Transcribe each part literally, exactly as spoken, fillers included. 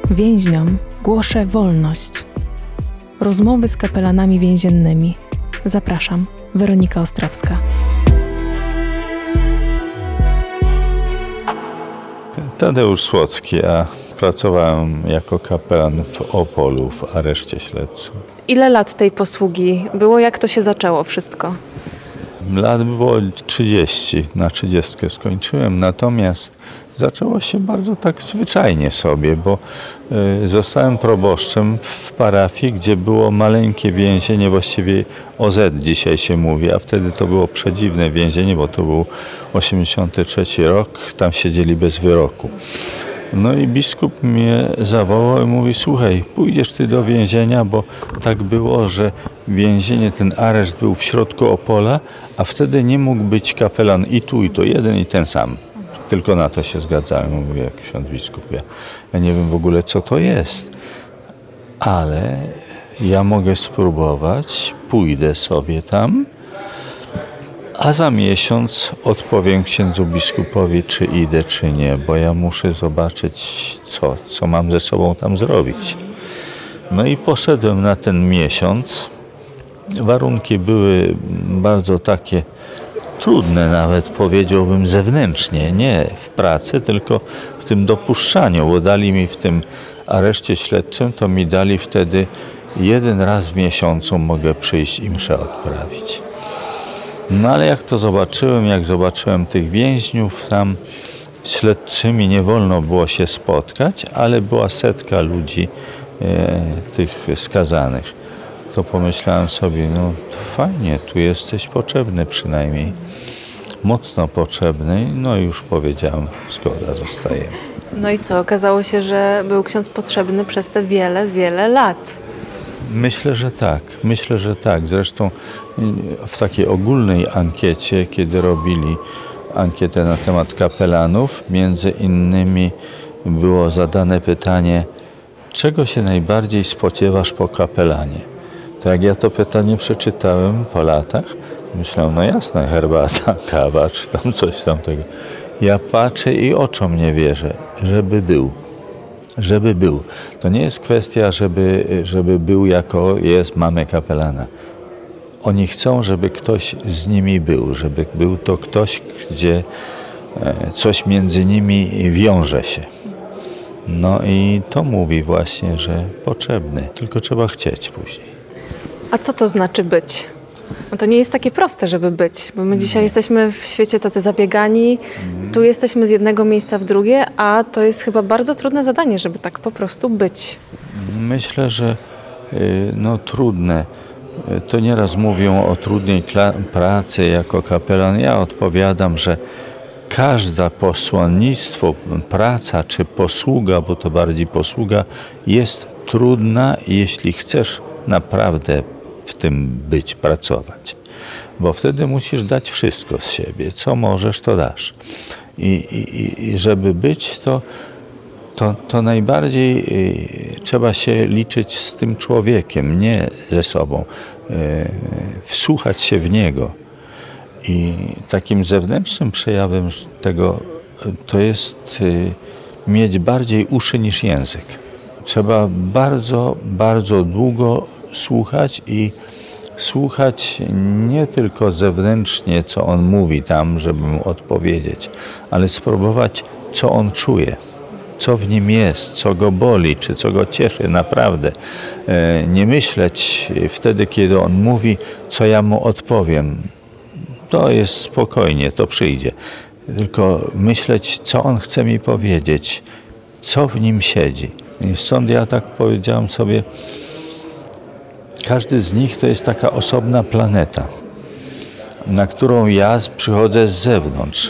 Więźniom głoszę wolność. Rozmowy z kapelanami więziennymi. Zapraszam, Weronika Ostrowska. Tadeusz Słocki, a pracowałem jako kapelan w Opolu w areszcie śledczym. Ile lat tej posługi było? Jak to się zaczęło wszystko? Lat było trzydzieści, na trzydziestkę skończyłem, natomiast zaczęło się bardzo tak zwyczajnie sobie, bo y, zostałem proboszczem w parafii, gdzie było maleńkie więzienie, właściwie O Z dzisiaj się mówi, a wtedy to było przedziwne więzienie, bo to był osiemdziesiąty trzeci rok, tam siedzieli bez wyroku. No i biskup mnie zawołał i mówi: słuchaj, pójdziesz ty do więzienia, bo tak było, że więzienie, ten areszt był w środku Opola, a wtedy nie mógł być kapelan i tu, i to jeden, i ten sam. Tylko na to się zgadzałem, mówię, jak ksiądz biskup. Ja, ja nie wiem w ogóle, co to jest, ale ja mogę spróbować, pójdę sobie tam, a za miesiąc odpowiem księdzu biskupowi, czy idę, czy nie, bo ja muszę zobaczyć, co, co mam ze sobą tam zrobić. No i poszedłem na ten miesiąc. Warunki były bardzo takie trudne, nawet powiedziałbym zewnętrznie, nie w pracy, tylko w tym dopuszczaniu, bo dali mi w tym areszcie śledczym, to mi dali wtedy jeden raz w miesiącu mogę przyjść i mszę odprawić. No ale jak to zobaczyłem, jak zobaczyłem tych więźniów tam śledczymi, nie wolno było się spotkać, ale była setka ludzi, e, tych skazanych. To pomyślałem sobie, no fajnie, tu jesteś potrzebny przynajmniej, mocno potrzebny, no i już powiedziałem, zgoda, zostajemy. No i co, okazało się, że był ksiądz potrzebny przez te wiele, wiele lat. Myślę, że tak. Myślę, że tak. Zresztą w takiej ogólnej ankiecie, kiedy robili ankietę na temat kapelanów, między innymi było zadane pytanie, czego się najbardziej spodziewasz po kapelanie? To jak ja to pytanie przeczytałem po latach, myślałem, no jasne, herbata, kawa, czy tam coś tamtego. Ja patrzę i oczom nie wierzę, żeby był. Żeby był. To nie jest kwestia, żeby, żeby był jako jest, mamy kapelana. Oni chcą, żeby ktoś z nimi był, żeby był to ktoś, gdzie coś między nimi wiąże się. No i to mówi właśnie, że potrzebny, tylko trzeba chcieć później. A co to znaczy być? No to nie jest takie proste, żeby być, bo my dzisiaj jesteśmy w świecie tacy zabiegani, tu jesteśmy z jednego miejsca w drugie, a to jest chyba bardzo trudne zadanie, żeby tak po prostu być. Myślę, że no trudne. To nieraz mówią o trudnej pracy jako kapelan. Ja odpowiadam, że każda posłannictwo, praca czy posługa, bo to bardziej posługa, jest trudna, jeśli chcesz naprawdę w tym być, pracować. Bo wtedy musisz dać wszystko z siebie. Co możesz, to dasz. I, i, i żeby być, to, to, to najbardziej y, trzeba się liczyć z tym człowiekiem, nie ze sobą. Y, wsłuchać się w niego. I takim zewnętrznym przejawem tego to jest y, mieć bardziej uszy niż język. Trzeba bardzo, bardzo długo słuchać i słuchać nie tylko zewnętrznie, co on mówi tam, żeby mu odpowiedzieć, ale spróbować, co on czuje, co w nim jest, co go boli, czy co go cieszy naprawdę. Nie myśleć wtedy, kiedy on mówi, co ja mu odpowiem. To jest spokojnie, to przyjdzie. Tylko myśleć, co on chce mi powiedzieć, co w nim siedzi. I stąd ja tak powiedziałem sobie, każdy z nich to jest taka osobna planeta, na którą ja przychodzę z zewnątrz.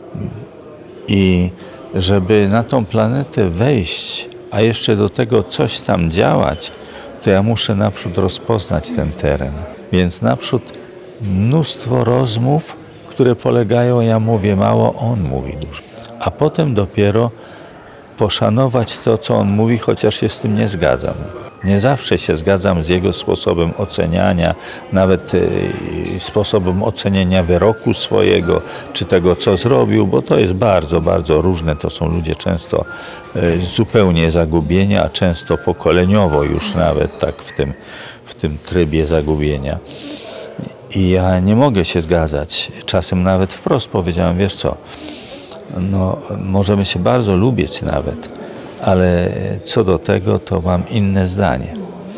I żeby na tą planetę wejść, a jeszcze do tego coś tam działać, to ja muszę naprzód rozpoznać ten teren. Więc naprzód mnóstwo rozmów, które polegają, ja mówię mało, on mówi dużo. A potem dopiero poszanować to, co on mówi, chociaż się z tym nie zgadzam. Nie zawsze się zgadzam z jego sposobem oceniania, nawet y, sposobem oceniania wyroku swojego, czy tego, co zrobił, bo to jest bardzo, bardzo różne. To są ludzie często y, zupełnie zagubieni, a często pokoleniowo już nawet tak w tym, w tym trybie zagubienia. I ja nie mogę się zgadzać. Czasem nawet wprost powiedziałem, wiesz co, no możemy się bardzo lubić nawet, ale co do tego, to mam inne zdanie.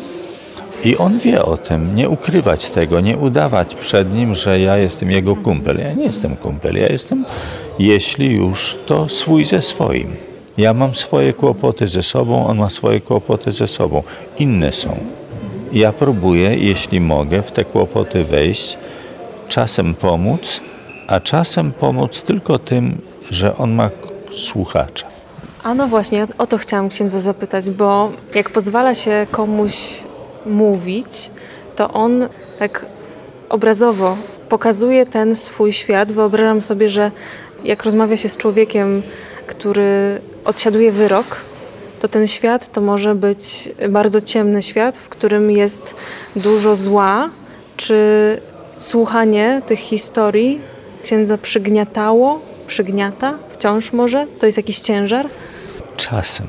I on wie o tym, nie ukrywać tego, nie udawać przed nim, że ja jestem jego kumpel. Ja nie jestem kumpel, ja jestem, jeśli już, to swój ze swoim. Ja mam swoje kłopoty ze sobą, on ma swoje kłopoty ze sobą. Inne są. Ja próbuję, jeśli mogę, w te kłopoty wejść, czasem pomóc, a czasem pomóc tylko tym, że on ma słuchacza. A no właśnie, o to chciałam księdza zapytać, bo jak pozwala się komuś mówić, to on tak obrazowo pokazuje ten swój świat. Wyobrażam sobie, że jak rozmawia się z człowiekiem, który odsiaduje wyrok, to ten świat to może być bardzo ciemny świat, w którym jest dużo zła. Czy słuchanie tych historii księdza przygniatało, przygniata wciąż może? To jest jakiś ciężar? Czasem.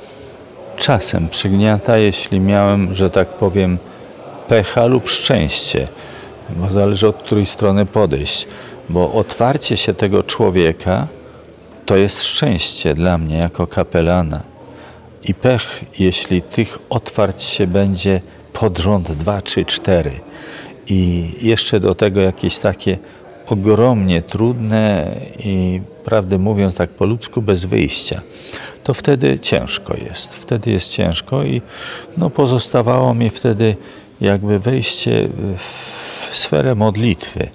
Czasem przygniata, jeśli miałem, że tak powiem, pecha lub szczęście, bo zależy od której strony podejść, bo otwarcie się tego człowieka to jest szczęście dla mnie jako kapelana. I pech, jeśli tych otwarć się będzie pod rząd dwa, trzy, cztery i jeszcze do tego jakieś takie ogromnie trudne i prawdę mówiąc tak po ludzku bez wyjścia, to wtedy ciężko jest. Wtedy jest ciężko i no, pozostawało mi wtedy jakby wejście w sferę modlitwy.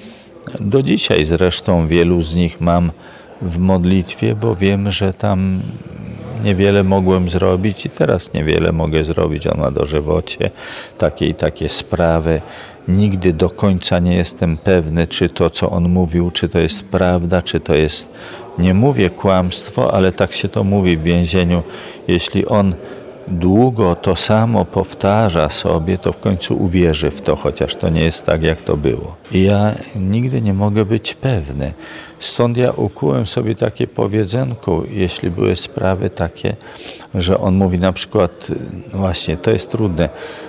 Do dzisiaj zresztą wielu z nich mam w modlitwie, bo wiem, że tam niewiele mogłem zrobić i teraz niewiele mogę zrobić. On ma dożywocie takie i takie sprawy. Nigdy do końca nie jestem pewny, czy to, co on mówił, czy to jest prawda, czy to jest, nie mówię kłamstwo, ale tak się to mówi w więzieniu. Jeśli on długo to samo powtarza sobie, to w końcu uwierzy w to, chociaż to nie jest tak, jak to było. I ja nigdy nie mogę być pewny. Stąd ja ukułem sobie takie powiedzenko, jeśli były sprawy takie, że on mówi na przykład, właśnie to jest trudne,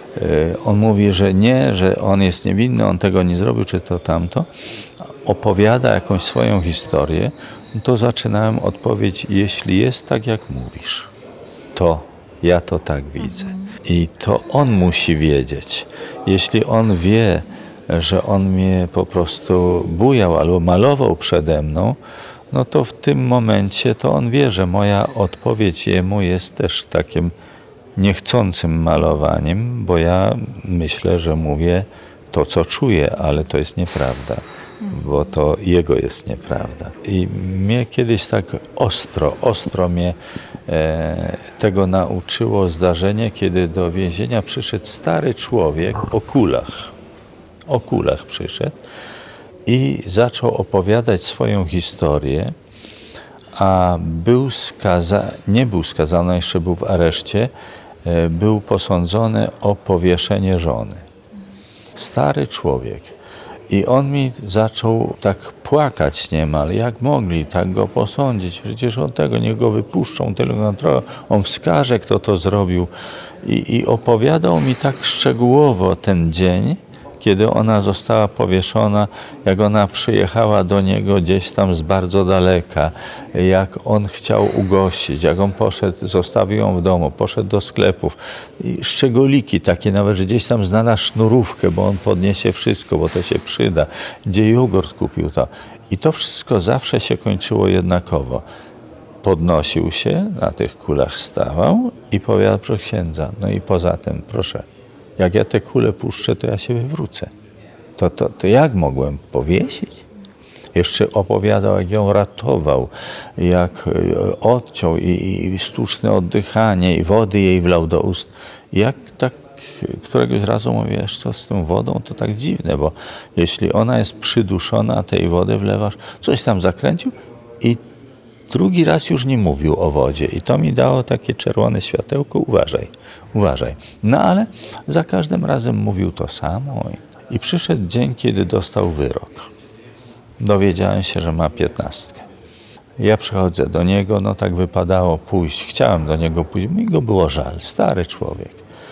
on mówi, że nie, że on jest niewinny, on tego nie zrobił, czy to tamto, opowiada jakąś swoją historię, to zaczynałem odpowiedź, jeśli jest tak, jak mówisz, to ja to tak widzę. I to on musi wiedzieć. Jeśli on wie, że on mnie po prostu bujał albo malował przede mną, no to w tym momencie to on wie, że moja odpowiedź jemu jest też takim niechcącym malowaniem, bo ja myślę, że mówię to, co czuję, ale to jest nieprawda, bo to jego jest nieprawda. I mnie kiedyś tak ostro, ostro mnie e, tego nauczyło zdarzenie, kiedy do więzienia przyszedł stary człowiek o kulach. O kulach przyszedł i zaczął opowiadać swoją historię, a był skaza, nie był skazany, jeszcze był w areszcie, był posądzony o powieszenie żony. Stary człowiek. I on mi zaczął tak płakać niemal, jak mogli tak go posądzić, przecież on tego, niech go wypuszczą, tylko na trochę, on wskaże, kto to zrobił. I, I opowiadał mi tak szczegółowo ten dzień, kiedy ona została powieszona, jak ona przyjechała do niego gdzieś tam z bardzo daleka, jak on chciał ugościć, jak on poszedł, zostawił ją w domu, poszedł do sklepów. I szczególiki takie nawet, że gdzieś tam znalazł sznurówkę, bo on podniesie wszystko, bo to się przyda. Gdzie jogurt kupił to. I to wszystko zawsze się kończyło jednakowo. Podnosił się, na tych kulach stawał i powiadał, proszę księdza, no i poza tym, proszę, jak ja te kule puszczę, to ja się wywrócę. To, to, to jak mogłem powiesić? Jeszcze opowiadał, jak ją ratował, jak odciął i, i sztuczne oddychanie i wody jej wlał do ust. Jak tak któregoś razu mówię, wiesz co, z tą wodą to tak dziwne, bo jeśli ona jest przyduszona, tej wody wlewasz, coś tam zakręcił i drugi raz już nie mówił o wodzie i to mi dało takie czerwone światełko, uważaj, uważaj. No ale za każdym razem mówił to samo i przyszedł dzień, kiedy dostał wyrok. Dowiedziałem się, że ma piętnastkę. Ja przychodzę do niego, no tak wypadało pójść, chciałem do niego pójść, mi go było żal, stary człowiek.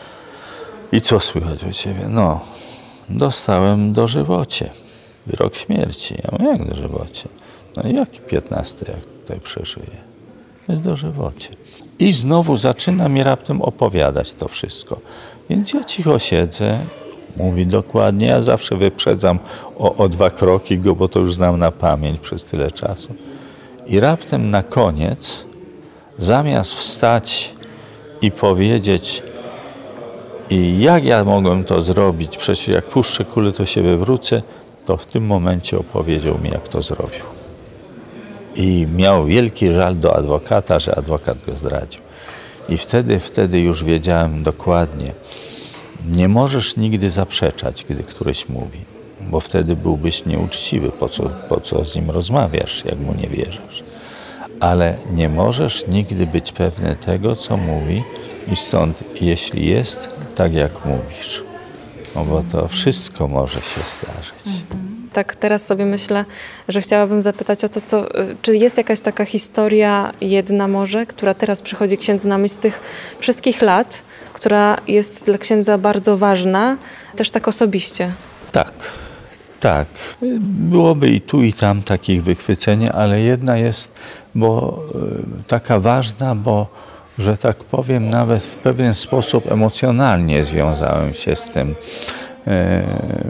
I co słychać u ciebie? No, dostałem dożywocie, wyrok śmierci. Ja mówię, jak dożywocie? No i jaki piętnasty, jak tutaj przeżyję? Jest dożywocie. I znowu zaczyna mi raptem opowiadać to wszystko. Więc ja cicho siedzę, mówi dokładnie, ja zawsze wyprzedzam o, o dwa kroki go, bo to już znam na pamięć przez tyle czasu. I raptem na koniec, zamiast wstać i powiedzieć, i jak ja mogłem to zrobić, przecież jak puszczę kulę, to się wywrócę, to w tym momencie opowiedział mi, jak to zrobił. I miał wielki żal do adwokata, że adwokat go zdradził. I wtedy, wtedy już wiedziałem dokładnie, nie możesz nigdy zaprzeczać, gdy któryś mówi, bo wtedy byłbyś nieuczciwy, po co, po co z nim rozmawiasz, jak mu nie wierzysz. Ale nie możesz nigdy być pewny tego, co mówi i stąd, jeśli jest tak, jak mówisz, no bo to wszystko może się zdarzyć. Tak teraz sobie myślę, że chciałabym zapytać o to, co, czy jest jakaś taka historia jedna może, która teraz przychodzi księdzu na myśl z tych wszystkich lat, która jest dla księdza bardzo ważna, też tak osobiście. Tak, tak. Byłoby i tu, i tam takich wychwyceń, ale jedna jest, bo taka ważna, bo, że tak powiem, nawet w pewien sposób emocjonalnie związałem się z tym. E,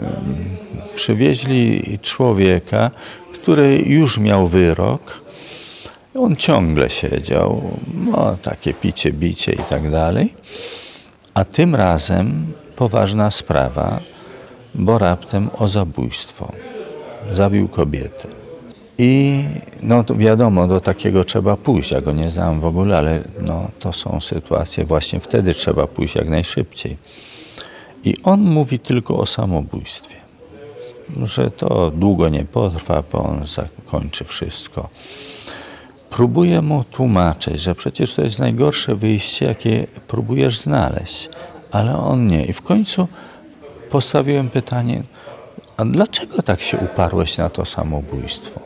przywieźli człowieka, który już miał wyrok. On ciągle siedział, no, takie picie, bicie i tak dalej. A tym razem poważna sprawa, bo raptem o zabójstwo. Zabił kobietę. I no to wiadomo, do takiego trzeba pójść. Ja go nie znałem w ogóle, ale no, to są sytuacje, właśnie wtedy trzeba pójść jak najszybciej. I on mówi tylko o samobójstwie. Że to długo nie potrwa, bo on zakończy wszystko. Próbuję mu tłumaczyć, że przecież to jest najgorsze wyjście, jakie próbujesz znaleźć, ale on nie. I w końcu postawiłem pytanie, a dlaczego tak się uparłeś na to samobójstwo?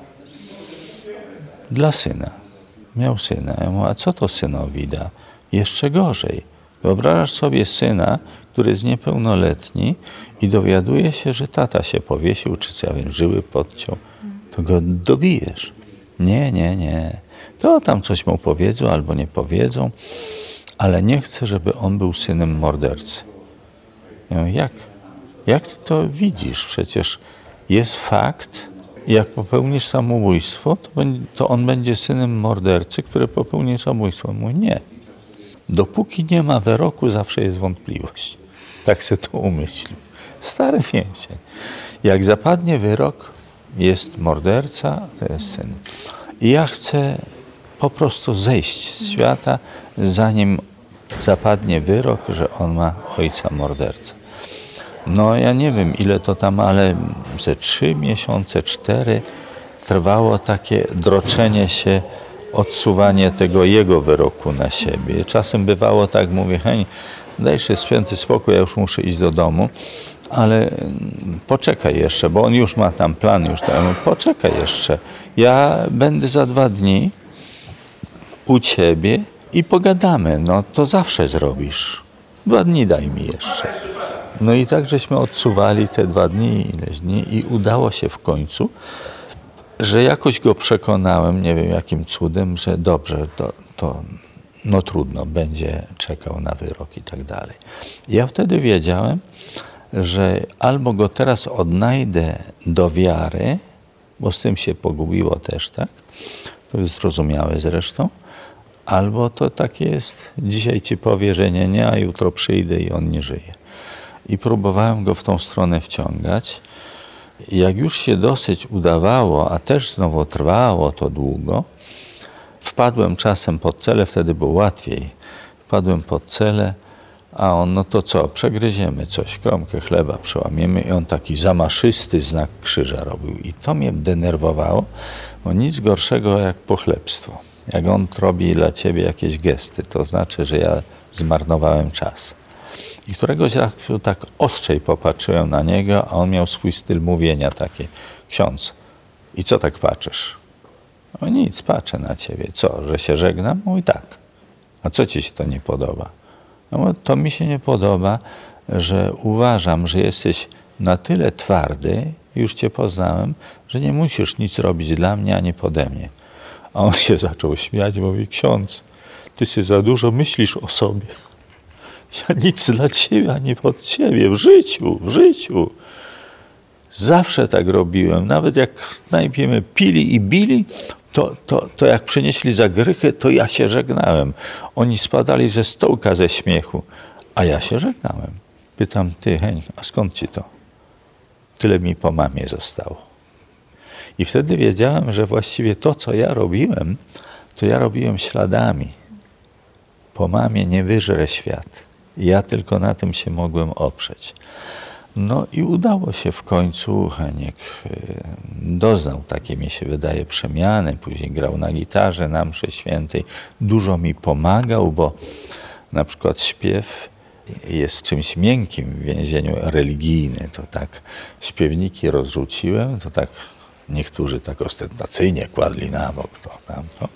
Dla syna. Miał syna. Ja mówię, a co to synowi da? Jeszcze gorzej. Wyobrażasz sobie syna, który jest niepełnoletni i dowiaduje się, że tata się powiesił, czy ja wiem, żyły podciął, to go dobijesz. Nie, nie, nie. To tam coś mu powiedzą albo nie powiedzą, ale nie chcę, żeby on był synem mordercy. Ja mówię, jak? Jak ty to widzisz? Przecież jest fakt, jak popełnisz samobójstwo, to, to on będzie synem mordercy, który popełni samobójstwo. Mówi, nie. Dopóki nie ma wyroku, zawsze jest wątpliwość. Tak sobie to umyślił. Stary więzień. Jak zapadnie wyrok, jest morderca, to jest syn. I ja chcę po prostu zejść z świata, zanim zapadnie wyrok, że on ma ojca mordercę. No ja nie wiem, ile to tam, ale ze trzy miesiące, cztery trwało takie droczenie się, odsuwanie tego jego wyroku na siebie. Czasem bywało tak, mówię, hej, daj się święty spokój, ja już muszę iść do domu, ale poczekaj jeszcze, bo on już ma tam plan, już tam, poczekaj jeszcze. Ja będę za dwa dni u ciebie i pogadamy, no to zawsze zrobisz. Dwa dni daj mi jeszcze. No i tak żeśmy odsuwali te dwa dni, ileś dni i udało się w końcu, że jakoś go przekonałem, nie wiem jakim cudem, że dobrze, to, to no trudno, będzie czekał na wyrok i tak dalej. Ja wtedy wiedziałem, że albo go teraz odnajdę do wiary, bo z tym się pogubiło też, tak? To jest zrozumiałe zresztą. Albo to tak jest, dzisiaj ci powie, że nie, nie, a jutro przyjdę i on nie żyje. I próbowałem go w tą stronę wciągać. Jak już się dosyć udawało, a też znowu trwało to długo, wpadłem czasem pod celę, wtedy było łatwiej. Wpadłem pod celę, a on, no to co, przegryziemy coś, kromkę chleba przełamiemy i on taki zamaszysty znak krzyża robił. I to mnie denerwowało, bo nic gorszego jak pochlebstwo. Jak on robi dla ciebie jakieś gesty, to znaczy, że ja zmarnowałem czas. I któregoś razu tak ostrzej popatrzyłem na niego, a on miał swój styl mówienia taki. Ksiądz, i co tak patrzysz? O nic, patrzę na ciebie. Co, że się żegnam? Mówi tak. A co ci się to nie podoba? No, to mi się nie podoba, że uważam, że jesteś na tyle twardy, już cię poznałem, że nie musisz nic robić dla mnie, ani pode mnie. A on się zaczął śmiać i mówi, ksiądz, ty się za dużo myślisz o sobie. Ja nic dla ciebie, ani pod ciebie, w życiu, w życiu. Zawsze tak robiłem, nawet jak najpierw pili i bili, to, to, to jak przynieśli zagrychę, to ja się żegnałem. Oni spadali ze stołka ze śmiechu, a ja się żegnałem. Pytam, ty Heń, a skąd ci to? Tyle mi po mamie zostało. I wtedy wiedziałem, że właściwie to, co ja robiłem, to ja robiłem śladami. Po mamie nie wyżre świat. Ja tylko na tym się mogłem oprzeć. No i udało się w końcu. Heniek doznał takiej, mi się wydaje, przemiany. Później grał na gitarze na mszy świętej. Dużo mi pomagał, bo na przykład śpiew jest czymś miękkim w więzieniu religijnym. To tak śpiewniki rozrzuciłem, to tak niektórzy tak ostentacyjnie kładli na bok to tamto.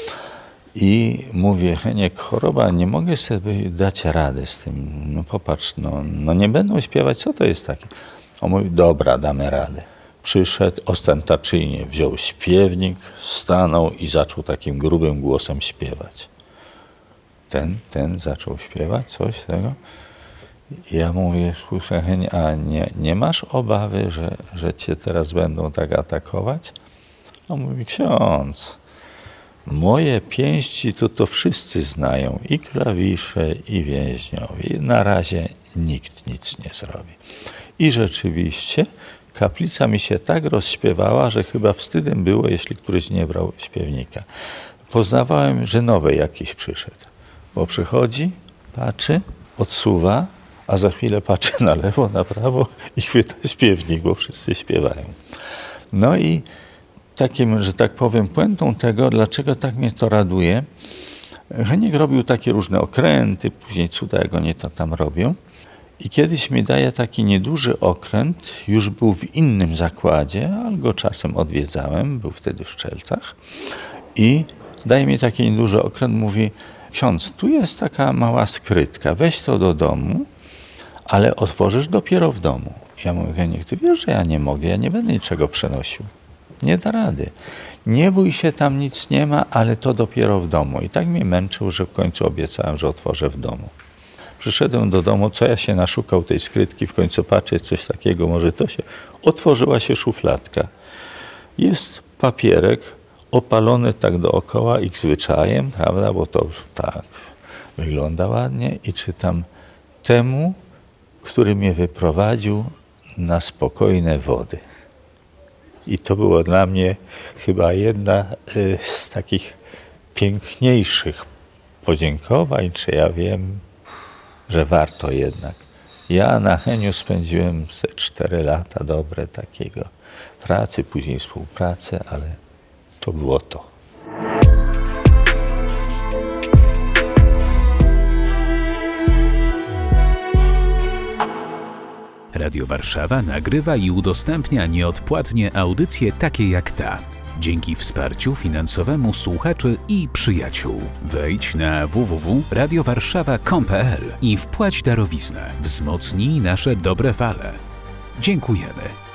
I mówię, Heniek, choroba, nie mogę sobie dać rady z tym. No popatrz, no, no nie będą śpiewać, co to jest takie? On mówi, dobra, damy radę. Przyszedł ostentacyjnie, wziął śpiewnik, stanął i zaczął takim grubym głosem śpiewać. Ten, ten zaczął śpiewać, coś tego. Ja mówię, Heń, a nie, nie masz obawy, że, że cię teraz będą tak atakować? On mówi, ksiądz, moje pięści to to wszyscy znają, i klawisze, i więźniowie. Na razie nikt nic nie zrobi. I rzeczywiście kaplica mi się tak rozśpiewała, że chyba wstydem było, jeśli któryś nie brał śpiewnika. Poznawałem, że nowy jakiś przyszedł, bo przychodzi, patrzy, odsuwa, a za chwilę patrzy na lewo, na prawo i chwyta śpiewnik, bo wszyscy śpiewają. No i takim, że tak powiem, puentą tego, dlaczego tak mnie to raduje, Heniek robił takie różne okręty, później cuda, jak oni to tam robią. I kiedyś mi daje taki nieduży okręt, już był w innym zakładzie, ale go czasem odwiedzałem, był wtedy w Szczelcach. I daje mi taki nieduży okręt, mówi, ksiądz, tu jest taka mała skrytka, weź to do domu, ale otworzysz dopiero w domu. Ja mówię, Heniek, ty wiesz, że ja nie mogę, ja nie będę niczego przenosił. Nie da rady. Nie bój się, tam nic nie ma, ale to dopiero w domu. I tak mnie męczył, że w końcu obiecałem, że otworzę w domu. Przyszedłem do domu, co ja się naszukał tej skrytki, w końcu patrzę, coś takiego, może to się... Otworzyła się szufladka. Jest papierek opalony tak dookoła ich zwyczajem, prawda, bo to tak wygląda ładnie i czytam temu, który mnie wyprowadził na spokojne wody. I to było dla mnie chyba jedna z takich piękniejszych podziękowań, czy ja wiem, że warto jednak. Ja na Heniu spędziłem ze cztery lata dobre takiego pracy, później współpracy, ale to było to. Radio Warszawa nagrywa i udostępnia nieodpłatnie audycje takie jak ta. Dzięki wsparciu finansowemu słuchaczy i przyjaciół. Wejdź na w w w kropka radio warszawa kropka com kropka p l i wpłać darowiznę. Wzmocnij nasze dobre fale. Dziękujemy.